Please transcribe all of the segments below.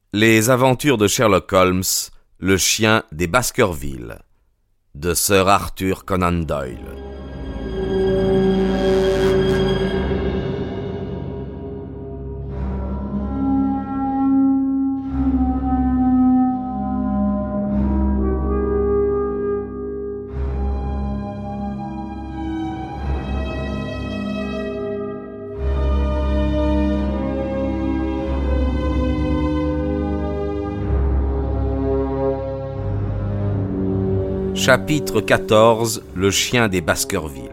Les aventures de Sherlock Holmes, le chien des Baskerville, de Sir Arthur Conan Doyle. Chapitre 14. Le chien des Baskerville.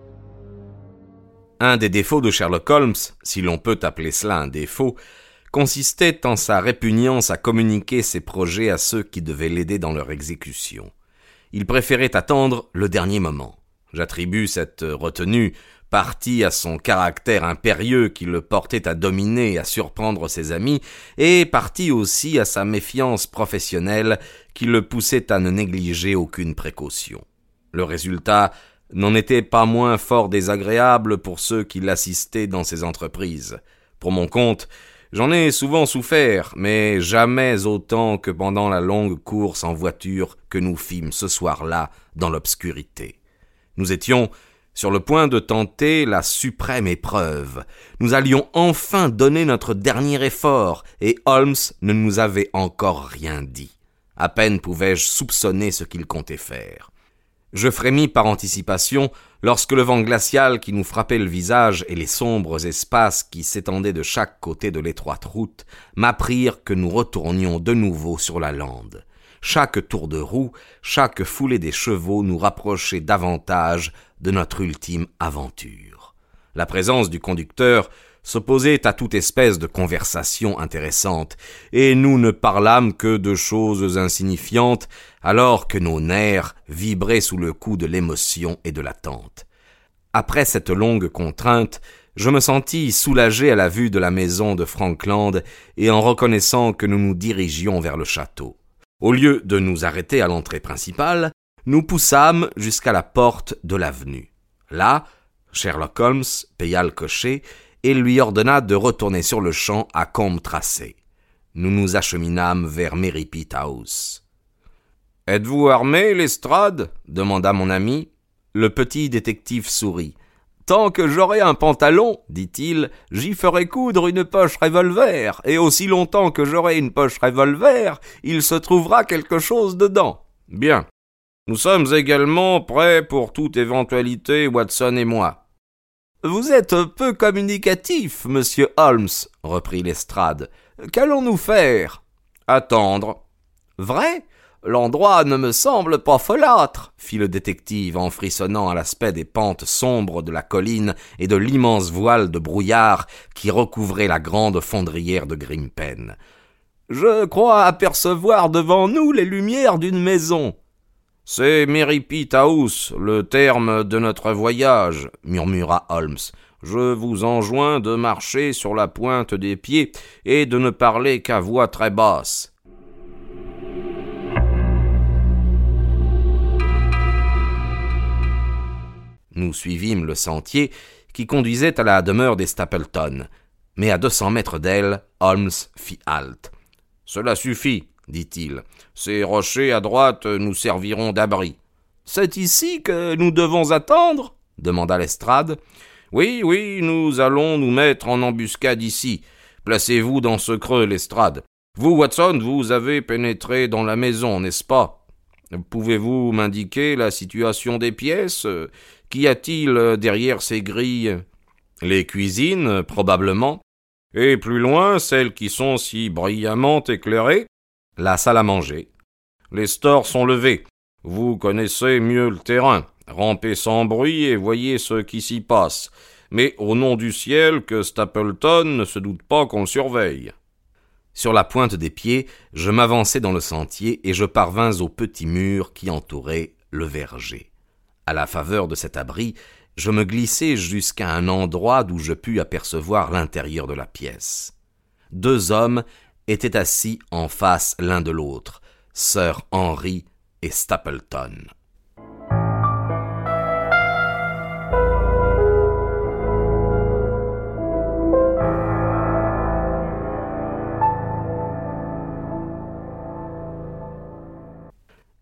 Un des défauts de Sherlock Holmes, si l'on peut appeler cela un défaut, consistait en sa répugnance à communiquer ses projets à ceux qui devaient l'aider dans leur exécution. Il préférait attendre le dernier moment. J'attribue cette retenue partie à son caractère impérieux qui le portait à dominer et à surprendre ses amis, et partie aussi à sa méfiance professionnelle qui le poussait à ne négliger aucune précaution. Le résultat n'en était pas moins fort désagréable pour ceux qui l'assistaient dans ses entreprises. Pour mon compte, j'en ai souvent souffert, mais jamais autant que pendant la longue course en voiture que nous fîmes ce soir-là dans l'obscurité. Nous étions sur le point de tenter la suprême épreuve. Nous allions enfin donner notre dernier effort, et Holmes ne nous avait encore rien dit. À peine pouvais-je soupçonner ce qu'il comptait faire. Je frémis par anticipation lorsque le vent glacial qui nous frappait le visage et les sombres espaces qui s'étendaient de chaque côté de l'étroite route m'apprirent que nous retournions de nouveau sur la lande. Chaque tour de roue, chaque foulée des chevaux nous rapprochait davantage de notre ultime aventure. La présence du conducteur s'opposait à toute espèce de conversation intéressante, et nous ne parlâmes que de choses insignifiantes, alors que nos nerfs vibraient sous le coup de l'émotion et de l'attente. Après cette longue contrainte, je me sentis soulagé à la vue de la maison de Frankland et en reconnaissant que nous nous dirigions vers le château. Au lieu de nous arrêter à l'entrée principale, nous poussâmes jusqu'à la porte de l'avenue. Là, Sherlock Holmes paya le cocher et lui ordonna de retourner sur le champ à combe tracé. Nous nous acheminâmes vers Merripit House. « Êtes-vous armé, Lestrade » demanda mon ami. Le petit détective sourit. « Tant que j'aurai un pantalon, dit-il, j'y ferai coudre une poche revolver, et aussi longtemps que j'aurai une poche revolver, il se trouvera quelque chose dedans. Bien. Nous sommes également prêts pour toute éventualité, Watson et moi. » « Vous êtes peu communicatif, monsieur Holmes, » reprit Lestrade. « Qu'allons-nous faire ?»« Attendre. »« Vrai ? L'endroit ne me semble pas folâtre, » fit le détective en frissonnant à l'aspect des pentes sombres de la colline et de l'immense voile de brouillard qui recouvrait la grande fondrière de Grimpen. « Je crois apercevoir devant nous les lumières d'une maison. »« C'est Merripit House, le terme de notre voyage, » murmura Holmes. « Je vous enjoins de marcher sur la pointe des pieds et de ne parler qu'à voix très basse. » Nous suivîmes le sentier qui conduisait à la demeure des Stapleton, mais à 200 mètres d'elle, Holmes fit halte. « Cela suffit, » dit-il. « Ces rochers à droite nous serviront d'abri. »« C'est ici que nous devons attendre ?» demanda Lestrade. « Oui, nous allons nous mettre en embuscade ici. Placez-vous dans ce creux, Lestrade. Vous, Watson, vous avez pénétré dans la maison, n'est-ce pas? Pouvez-vous m'indiquer la situation des pièces ? Qu'y a-t-il derrière ces grilles ? Les cuisines, probablement. Et plus loin, celles qui sont si brillamment éclairées ? La salle à manger. Les stores sont levés. Vous connaissez mieux le terrain. Rampez sans bruit et voyez ce qui s'y passe. Mais au nom du ciel, que Stapleton ne se doute pas qu'on le surveille. » Sur la pointe des pieds, je m'avançai dans le sentier et je parvins au petit mur qui entourait le verger. À la faveur de cet abri, je me glissai jusqu'à un endroit d'où je pus apercevoir l'intérieur de la pièce. 2 hommes étaient assis en face l'un de l'autre, Sir Henry et Stapleton.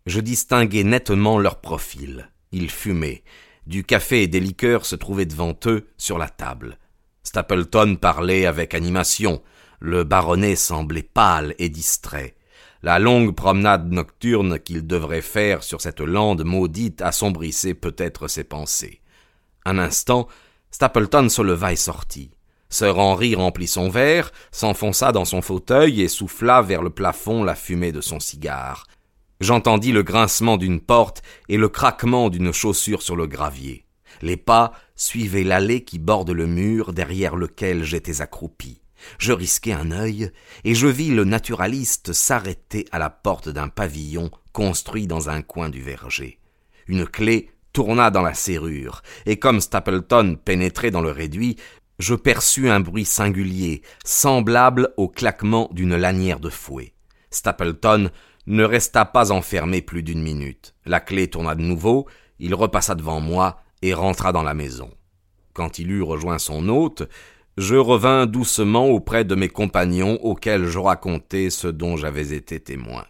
Je distinguai nettement leur profil. Ils fumaient. Du café et des liqueurs se trouvaient devant eux sur la table. Stapleton parlait avec animation. Le baronnet semblait pâle et distrait. La longue promenade nocturne qu'il devrait faire sur cette lande maudite assombrissait peut-être ses pensées. Un instant, Stapleton se leva et sortit. Sir Henry remplit son verre, s'enfonça dans son fauteuil et souffla vers le plafond la fumée de son cigare. J'entendis le grincement d'une porte et le craquement d'une chaussure sur le gravier. Les pas suivaient l'allée qui borde le mur derrière lequel j'étais accroupi. Je risquai un œil et je vis le naturaliste s'arrêter à la porte d'un pavillon construit dans un coin du verger. Une clé tourna dans la serrure, et comme Stapleton pénétrait dans le réduit, je perçus un bruit singulier, semblable au claquement d'une lanière de fouet. Stapleton ne resta pas enfermé plus d'1 minute. La clé tourna de nouveau, il repassa devant moi et rentra dans la maison. Quand il eut rejoint son hôte, je revins doucement auprès de mes compagnons auxquels je racontai ce dont j'avais été témoin.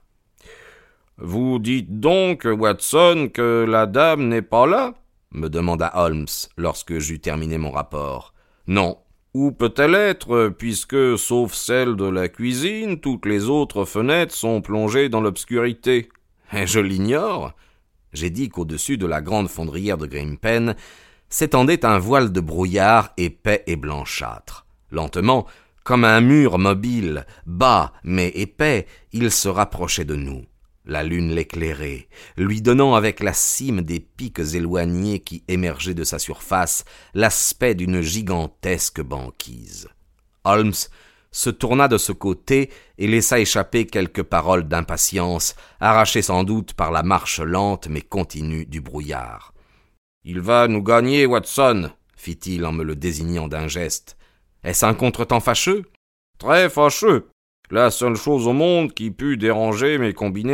« Vous dites donc, Watson, que la dame n'est pas là ?» me demanda Holmes lorsque j'eus terminé mon rapport. « Non. Où peut-elle être, puisque, sauf celle de la cuisine, toutes les autres fenêtres sont plongées dans l'obscurité ?»« Je l'ignore. » J'ai dit qu'au-dessus de la grande fondrière de Grimpen s'étendait un voile de brouillard épais et blanchâtre. Lentement, comme un mur mobile, bas mais épais, il se rapprochait de nous. La lune l'éclairait, lui donnant avec la cime des pics éloignés qui émergeaient de sa surface l'aspect d'une gigantesque banquise. Holmes se tourna de ce côté et laissa échapper quelques paroles d'impatience, arrachées sans doute par la marche lente mais continue du brouillard. « Il va nous gagner, Watson, » fit-il en me le désignant d'un geste. « Est-ce un contretemps fâcheux ?»« Très fâcheux. La seule chose au monde qui put déranger mes combinaisons. »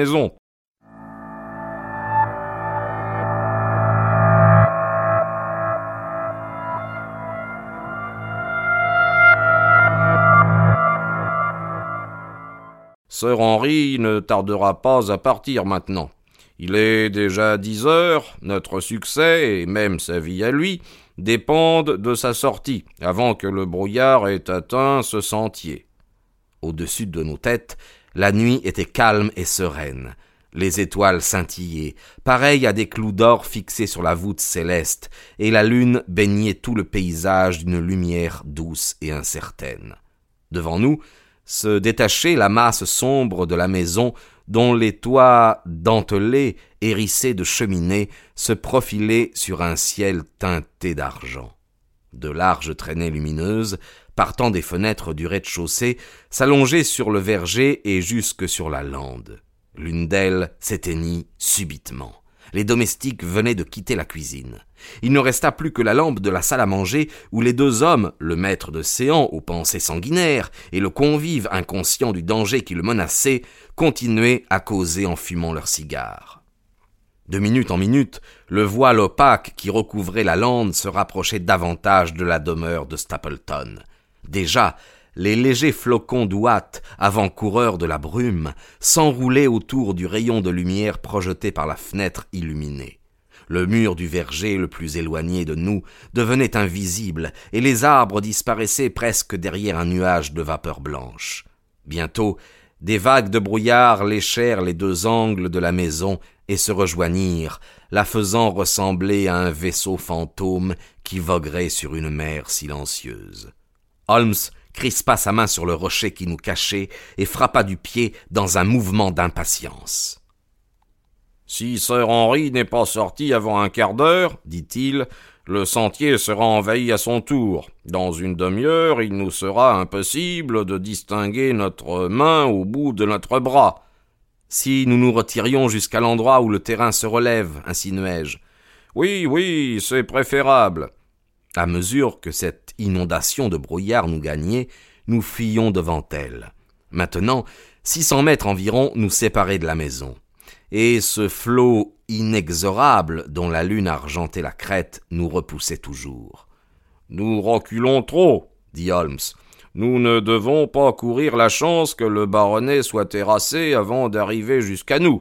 Sir Henry ne tardera pas à partir maintenant. Il est déjà 10 heures, notre succès, et même sa vie à lui, dépendent de sa sortie, avant que le brouillard ait atteint ce sentier. Au-dessus de nos têtes, la nuit était calme et sereine. Les étoiles scintillaient, pareilles à des clous d'or fixés sur la voûte céleste, et la lune baignait tout le paysage d'une lumière douce et incertaine. Devant nous se détachait la masse sombre de la maison, dont les toits dentelés, hérissés de cheminées, se profilaient sur un ciel teinté d'argent. De larges traînées lumineuses, partant des fenêtres du rez-de-chaussée, s'allongeaient sur le verger et jusque sur la lande. L'une d'elles s'éteignit subitement. Les domestiques venaient de quitter la cuisine. Il ne resta plus que la lampe de la salle à manger où les 2 hommes, le maître de séance aux pensées sanguinaires et le convive inconscient du danger qui le menaçait, continuaient à causer en fumant leurs cigares. De minute en minute, le voile opaque qui recouvrait la lande se rapprochait davantage de la demeure de Stapleton. Déjà, les légers flocons d'ouate, avant-coureurs de la brume, s'enroulaient autour du rayon de lumière projeté par la fenêtre illuminée. Le mur du verger le plus éloigné de nous devenait invisible, et les arbres disparaissaient presque derrière un nuage de vapeur blanche. Bientôt, des vagues de brouillard léchèrent les 2 angles de la maison et se rejoignirent, la faisant ressembler à un vaisseau fantôme qui voguerait sur une mer silencieuse. Holmes crispa sa main sur le rocher qui nous cachait et frappa du pied dans un mouvement d'impatience. « Si Sir Henry n'est pas sorti avant un quart d'heure, dit-il, le sentier sera envahi à son tour. Dans une demi-heure, il nous sera impossible de distinguer notre main au bout de notre bras. »« Si nous nous retirions jusqu'à l'endroit où le terrain se relève, insinuai-je. »« Oui, c'est préférable. » À mesure que cette inondation de brouillard nous gagnait, nous fuyions devant elle. Maintenant, 600 mètres environ nous séparaient de la maison. Et ce flot inexorable dont la lune argentait la crête nous repoussait toujours. « Nous reculons trop, » dit Holmes. « Nous ne devons pas courir la chance que le baronnet soit terrassé avant d'arriver jusqu'à nous.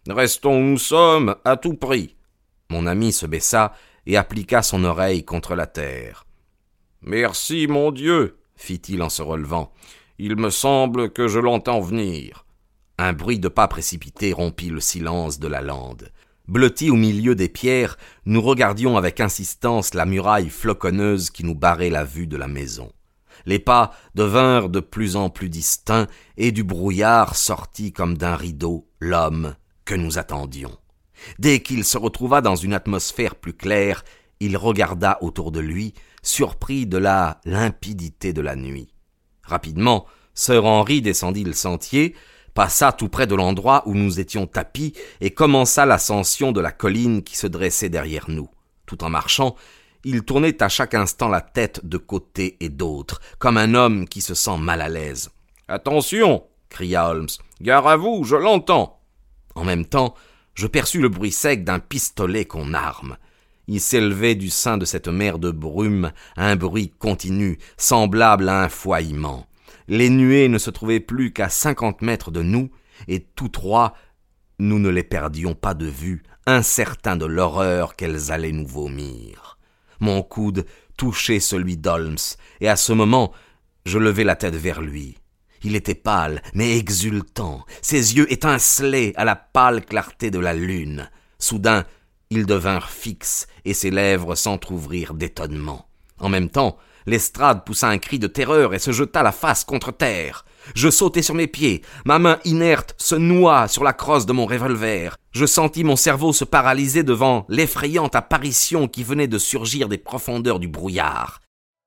Restons où nous sommes, à tout prix. » Mon ami se baissa et appliqua son oreille contre la terre. « Merci, mon Dieu, » fit-il en se relevant. « Il me semble que je l'entends venir. » Un bruit de pas précipités rompit le silence de la lande. Blottis au milieu des pierres, nous regardions avec insistance la muraille floconneuse qui nous barrait la vue de la maison. Les pas devinrent de plus en plus distincts et du brouillard sortit comme d'un rideau l'homme que nous attendions. Dès qu'il se retrouva dans une atmosphère plus claire, il regarda autour de lui, surpris de la limpidité de la nuit. Rapidement, sœur Henri descendit le sentier, passa tout près de l'endroit où nous étions tapis et commença l'ascension de la colline qui se dressait derrière nous. Tout en marchant, il tournait à chaque instant la tête de côté et d'autre, comme un homme qui se sent mal à l'aise. « Attention !» cria Holmes. « Gare à vous, je l'entends !» En même temps, je perçus le bruit sec d'un pistolet qu'on arme. Il s'élevait du sein de cette mer de brume un bruit continu, semblable à un foiement. Les nuées ne se trouvaient plus qu'à 50 mètres de nous, et tous trois, nous ne les perdions pas de vue, incertains de l'horreur qu'elles allaient nous vomir. Mon coude touchait celui d'Holmes, et à ce moment, je levai la tête vers lui. Il était pâle, mais exultant. Ses yeux étincelaient à la pâle clarté de la lune. Soudain, ils devinrent fixes, et ses lèvres s'entr'ouvrirent d'étonnement. En même temps, Lestrade poussa un cri de terreur et se jeta la face contre terre. Je sautai sur mes pieds. Ma main inerte se noua sur la crosse de mon revolver. Je sentis mon cerveau se paralyser devant l'effrayante apparition qui venait de surgir des profondeurs du brouillard.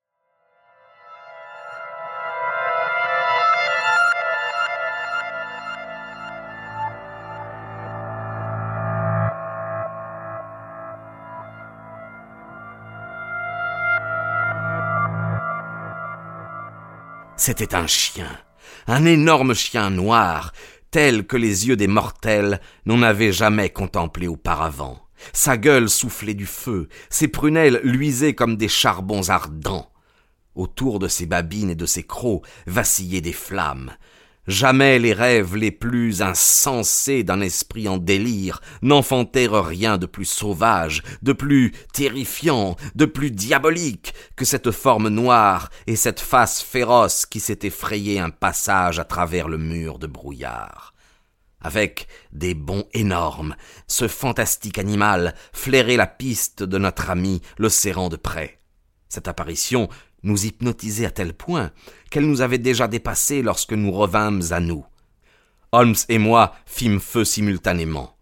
C'était un chien, un énorme chien noir, tel que les yeux des mortels n'en avaient jamais contemplé auparavant. Sa gueule soufflait du feu, ses prunelles luisaient comme des charbons ardents. Autour de ses babines et de ses crocs vacillaient des flammes. Jamais les rêves les plus insensés d'un esprit en délire n'enfantèrent rien de plus sauvage, de plus terrifiant, de plus diabolique que cette forme noire et cette face féroce qui s'était frayé un passage à travers le mur de brouillard. Avec des bonds énormes, ce fantastique animal flairait la piste de notre ami, le serrant de près. Cette apparition nous hypnotisait à tel point qu'elle nous avait déjà dépassés lorsque nous revînmes à nous. Holmes et moi fîmes feu simultanément.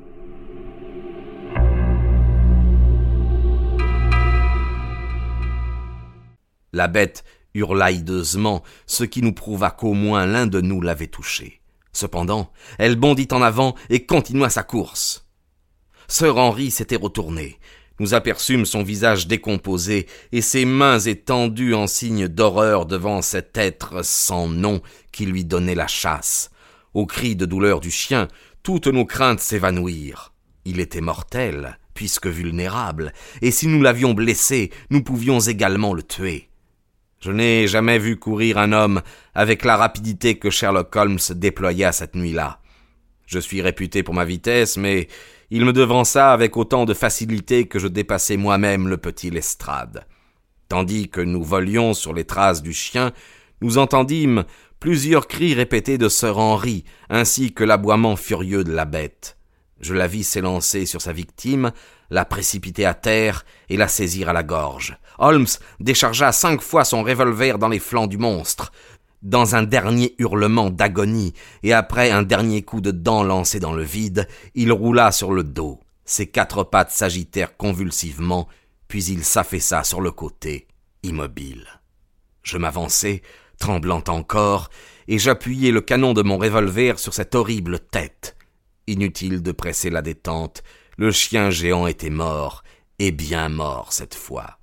La bête hurla hideusement, ce qui nous prouva qu'au moins l'un de nous l'avait touchée. Cependant, elle bondit en avant et continua sa course. Sir Henry s'était retourné. Nous aperçûmes son visage décomposé et ses mains étendues en signe d'horreur devant cet être sans nom qui lui donnait la chasse. Au cri de douleur du chien, toutes nos craintes s'évanouirent. Il était mortel, puisque vulnérable, et si nous l'avions blessé, nous pouvions également le tuer. Je n'ai jamais vu courir un homme avec la rapidité que Sherlock Holmes déploya cette nuit-là. Je suis réputé pour ma vitesse, mais il me devança avec autant de facilité que je dépassais moi-même le petit Lestrade. Tandis que nous volions sur les traces du chien, nous entendîmes plusieurs cris répétés de Sir Henry, ainsi que l'aboiement furieux de la bête. Je la vis s'élancer sur sa victime, la précipiter à terre et la saisir à la gorge. Holmes déchargea 5 fois son revolver dans les flancs du monstre. Dans un dernier hurlement d'agonie et après un dernier coup de dent lancé dans le vide, il roula sur le dos. Ses 4 pattes s'agitèrent convulsivement, puis il s'affaissa sur le côté, immobile. Je m'avançai, tremblant encore, et j'appuyai le canon de mon revolver sur cette horrible tête. Inutile de presser la détente, le chien géant était mort, et bien mort cette fois.